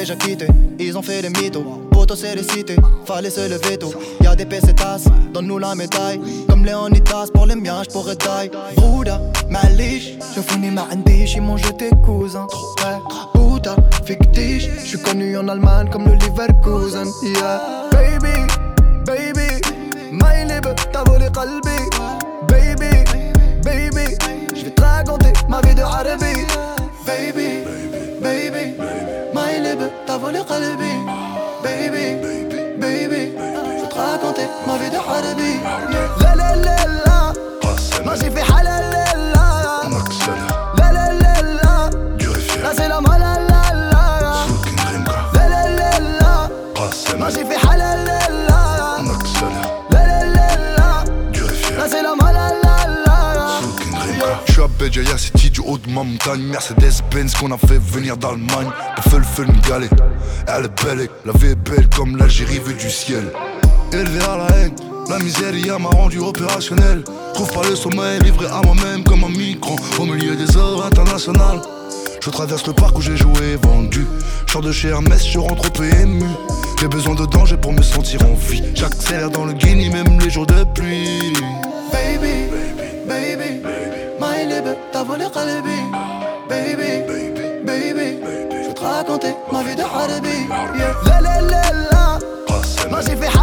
déjà quitté, ils ont fait des mythos. Poto c'est les cités, fallait se lever tôt. Y'a des pesetas, donne-nous la médaille. Comme Léonidas, pour les miens j'pourrais die. Bouddha, معليش شوفوني ما عنديش ils m'ont jeté cousin. Bouddha, fictiche, j'suis connu en Allemagne comme le Leverkusen. Yeah, baby, baby, my libre, t'as volé qalbi. Baby, baby, j'vais te raconter ma vie de Arabi. Baby, baby, my libre, t'as volé qalbi. Baby, baby, j'vais te raconter ma vie de Arabi. La la la la, ماشي في حلال لا لا لا لا لا لا c'est la mala la la لا لا لا لا ماشي في حلال لا لا لا لا لا لا c'est la mala la la. J'suis à Béjaïa City du haut de ma montagne. Mercedes-Benz qu'on a fait venir d'Allemagne. Le feu une galette, elle est belle, la vie est belle comme l'Algérie vue du ciel. Élevé à la haine, la misère m'a rendu opérationnel. Trouve pas le sommeil, livré à moi-même comme un migrant au milieu des eaux internationales. Je traverse le parc où j'ai joué et vendu. J'sors de chez Hermès, je rentre au PMU. J'ai besoin de danger pour me sentir en vie. J'accélère dans le Guinée, même les jours de pluie. Baby, baby, my libre, t'as volé qalbi. Baby, baby, j'vais te raconter ma vie de Arabi. La la la la, ماشي في